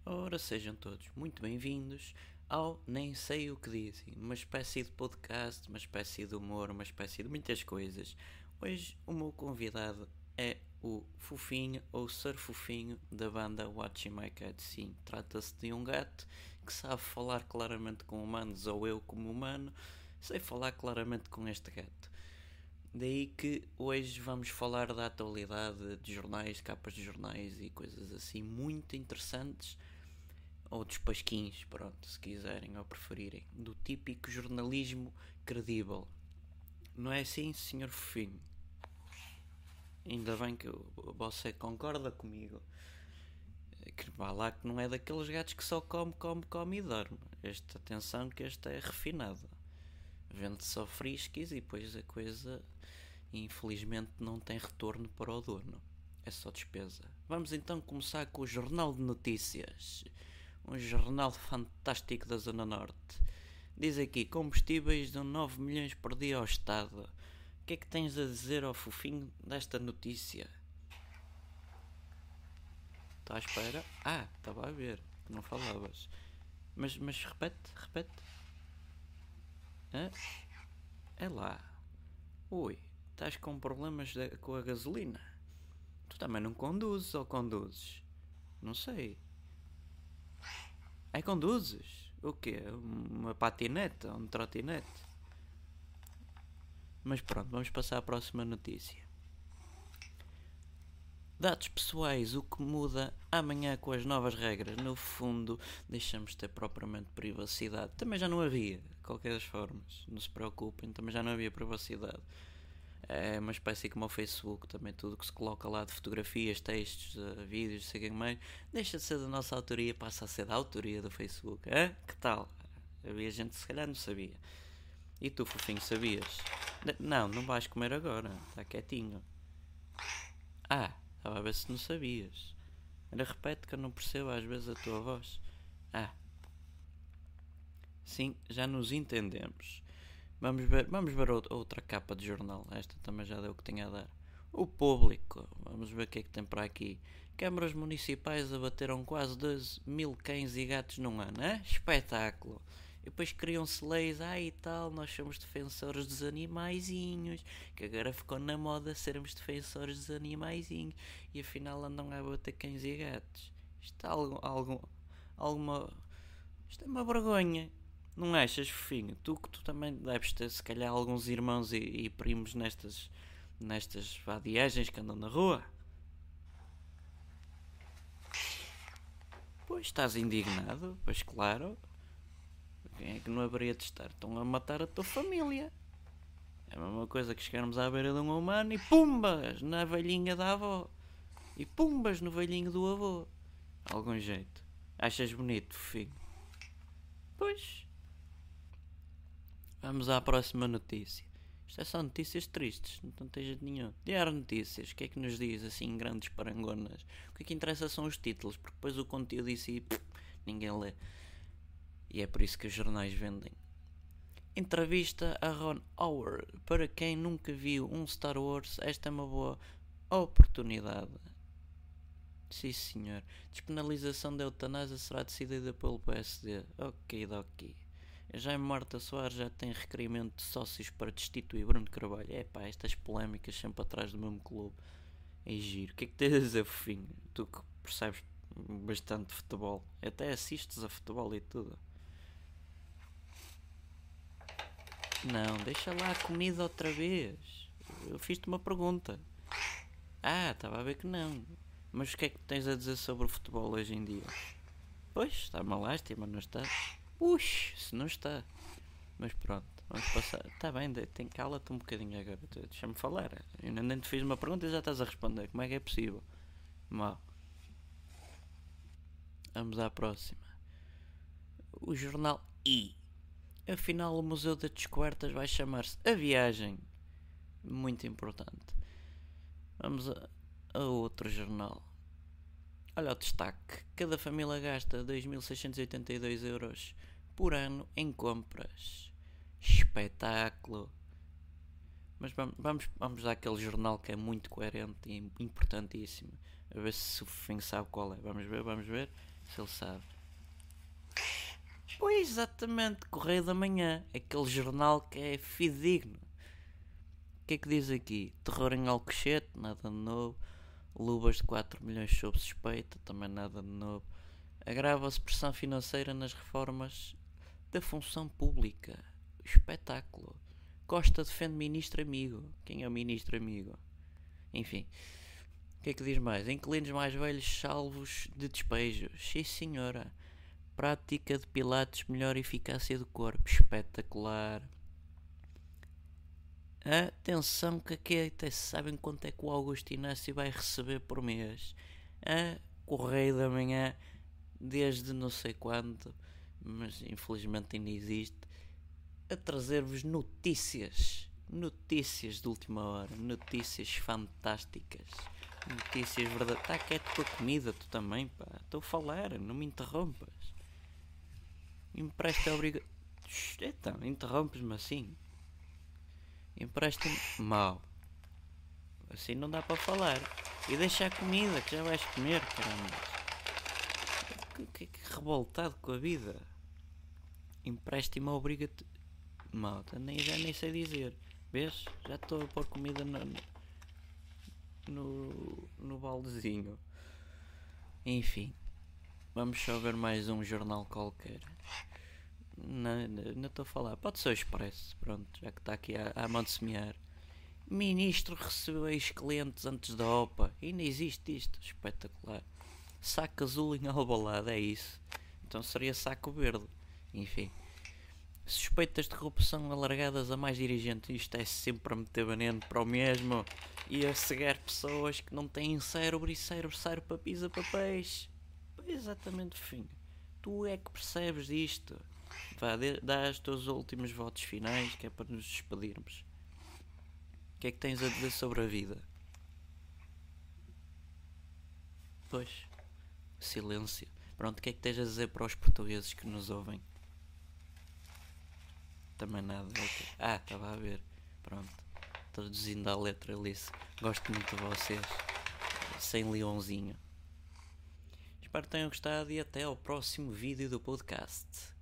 Ora, sejam todos muito bem-vindos ao Nem Sei o que Dizem, uma espécie de podcast, uma espécie de humor, uma espécie de muitas coisas. Hoje o meu convidado é o Fofinho, ou Sir Fofinho, da banda Watching My Cat. Sim, trata-se de um gato que sabe falar claramente com humanos, ou eu como humano sei falar claramente com este gato. Daí que hoje vamos falar da atualidade de jornais, capas de jornais e coisas assim muito interessantes, ou dos pasquins, pronto, se quiserem ou preferirem, do típico jornalismo credível. Não é assim, senhor Fofinho? Ainda bem que você concorda comigo. Que vá lá que não é daqueles gatos que só come e dorme. Atenção que este é refinado. Vende só frisquis e depois a coisa infelizmente não tem retorno para o dono. É só despesa. Vamos então começar com o Jornal de Notícias. Um jornal fantástico da Zona Norte. Diz aqui, combustíveis dão 9 milhões por dia ao Estado. O que é que tens a dizer ao Fofinho desta notícia? Está à espera? Ah, estava a ver, não falavas. Mas repete. Hã? É lá. Ui, estás com problemas com a gasolina? Tu também não conduzes ou conduzes? Não sei. Aí conduzes? O quê? Uma patinete ou um trotinete? Mas pronto, vamos passar à próxima notícia. Dados pessoais, o que muda amanhã com as novas regras? No fundo, deixamos de ter propriamente privacidade. Também já não havia, de qualquer das formas. Não se preocupem, também já não havia privacidade. É uma espécie como o Facebook, também tudo que se coloca lá de fotografias, textos, vídeos, sei quem mais, deixa de ser da nossa autoria, passa a ser da autoria do Facebook. Que tal? Havia gente que se calhar não sabia. E tu, Fofinho, sabias? Não vais comer agora, está quietinho. Estava a ver se não sabias. Ainda repete que eu não percebo às vezes a tua voz. Sim, já nos entendemos. Vamos ver outra capa de jornal. Esta também já deu o que tinha a dar. O público. Vamos ver o que é que tem para aqui. Câmaras municipais abateram quase 12 mil cães e gatos num ano. Espetáculo. E depois criam-se leis, e tal, nós somos defensores dos animaizinhos, que agora ficou na moda sermos defensores dos animaizinhos, e afinal andam a bater cães e gatos. Isto é alguma... Isto é uma vergonha. Não achas, fofinho? Tu também deves ter, se calhar, alguns irmãos e primos nestas vadiagens que andam na rua. Pois, estás indignado? Pois, claro. Quem é que não haveria de estar? Estão a matar a tua família. É a mesma coisa que chegarmos à beira de um humano e pumbas na velhinha da avó. E pumbas no velhinho do avô. Algum jeito. Achas bonito, fofinho? Pois. Vamos à próxima notícia. Isto é só notícias tristes, não tem jeito nenhum. Diário Notícias, o que é que nos diz assim grandes parangonas? O que é que interessa são os títulos, porque depois o conteúdo em si ninguém lê. E é por isso que os jornais vendem. Entrevista a Ron Howard. Para quem nunca viu um Star Wars, esta é uma boa oportunidade. Sim, senhor. Despenalização da eutanásia será decidida pelo PSD. Ok. Jaime Marta Soares já tem requerimento de sócios para destituir Bruno Carvalho. Estas polémicas sempre atrás do mesmo clube. É giro. O que é que tens a dizer, fofinho? Tu que percebes bastante de futebol. Até assistes a futebol e tudo. Não, deixa lá a comida outra vez. Eu fiz-te uma pergunta. Estava a ver que não. Mas o que é que tens a dizer sobre o futebol hoje em dia? Pois, está uma lástima, não está? Se não está. Mas pronto, vamos passar. Está bem, cala-te um bocadinho agora. Deixa-me falar. Eu nem te fiz uma pergunta e já estás a responder. Como é que é possível? Mal. Vamos à próxima. O jornal I. Afinal, o Museu das Descobertas vai chamar-se A Viagem. Muito importante. Vamos a outro jornal. Olha o destaque. Cada família gasta 2.682 euros por ano em compras. Espetáculo. Mas vamos dar aquele jornal que é muito coerente e importantíssimo. A ver se o Fofinho sabe qual é. Vamos ver. se ele sabe. Pois, exatamente, Correio da Manhã, aquele jornal que é fidedigno. O que é que diz aqui? Terror em Alcochete, nada de novo. Luvas de 4 milhões sob suspeita, também nada de novo. Agrava-se pressão financeira nas reformas da função pública. Espetáculo. Costa defende ministro amigo. Quem é o ministro amigo? Enfim. O que é que diz mais? Inquilinos mais velhos salvos de despejos. Sim, senhora. Prática de pilates, melhor eficácia do corpo. Espetacular. Atenção que aqui até sabem quanto é que o Augusto Inácio vai receber por mês. Correio da Manhã, desde não sei quando, mas infelizmente ainda existe, a trazer-vos notícias de última hora, notícias fantásticas, notícias verdadeiras. Está quieto com a comida, tu também, pá. Estou a falar, não me interrompas. Empresta obrigação. Então, interrompes-me assim. Empresta-me. Mal. Assim não dá para falar. E deixa a comida, que já vais comer, caramba. Que revoltado com a vida. Empresta-me obriga-te. Malta, já nem sei dizer. Vês? Já estou a pôr comida no baldezinho. Enfim. Vamos só ver mais um jornal qualquer. Não estou a falar. Pode ser o Expresso. Pronto, já que está aqui a mão de semear. Ministro recebeu ex-clientes antes da OPA. Ainda existe isto. Espetacular. Saco azul em Alvalade, é isso. Então seria saco verde. Enfim. Suspeitas de corrupção alargadas a mais dirigentes. Isto é sempre a meter veneno para o mesmo. E a cegar pessoas que não têm cérebro e cérebro serve para pisa para peixe. Exatamente, fim. Tu é que percebes disto. Vá, dá os teus últimos votos finais, que é para nos despedirmos. O que é que tens a dizer sobre a vida? Pois, silêncio. Pronto, o que é que tens a dizer para os portugueses que nos ouvem? Também nada. Okay. Estava a ver. Pronto, traduzindo a letra Alice. Gosto muito de vocês. Sem leãozinho. Espero que tenham gostado e até ao próximo vídeo do podcast.